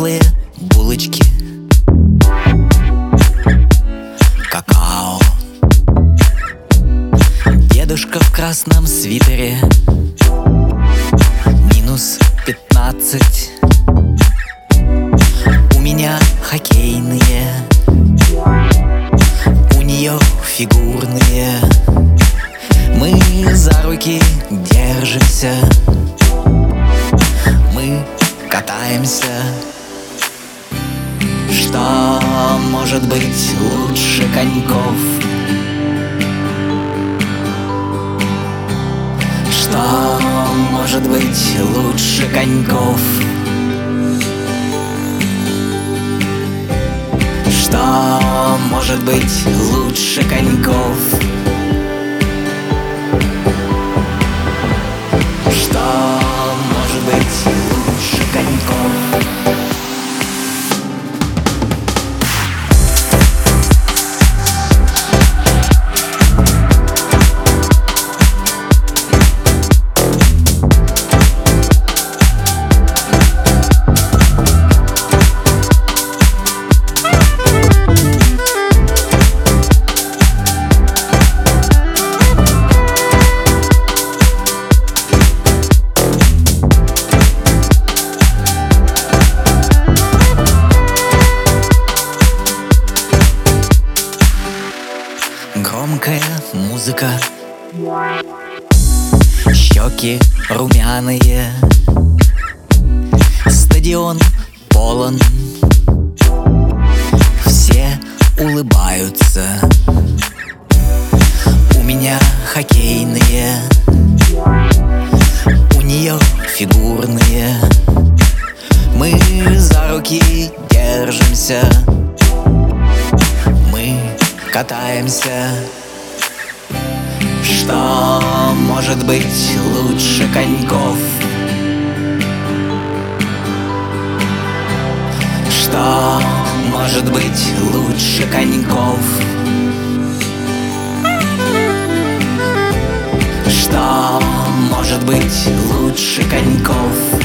теплые булочки, какао. Дедушка в красном свитере, минус 15. У меня хоккейные, у нее фигурные. Мы за руки держимся, мы катаемся. Что может быть лучше коньков? Что может быть лучше коньков? Что может быть лучше коньков? Что может быть лучше коньков? Громкая музыка, щеки румяные, стадион полон, все улыбаются. У меня хоккейные, у нее фигурные. Мы за руки держимся, мы катаемся. Что может быть лучше коньков? Что может быть лучше коньков? Что может быть лучше коньков?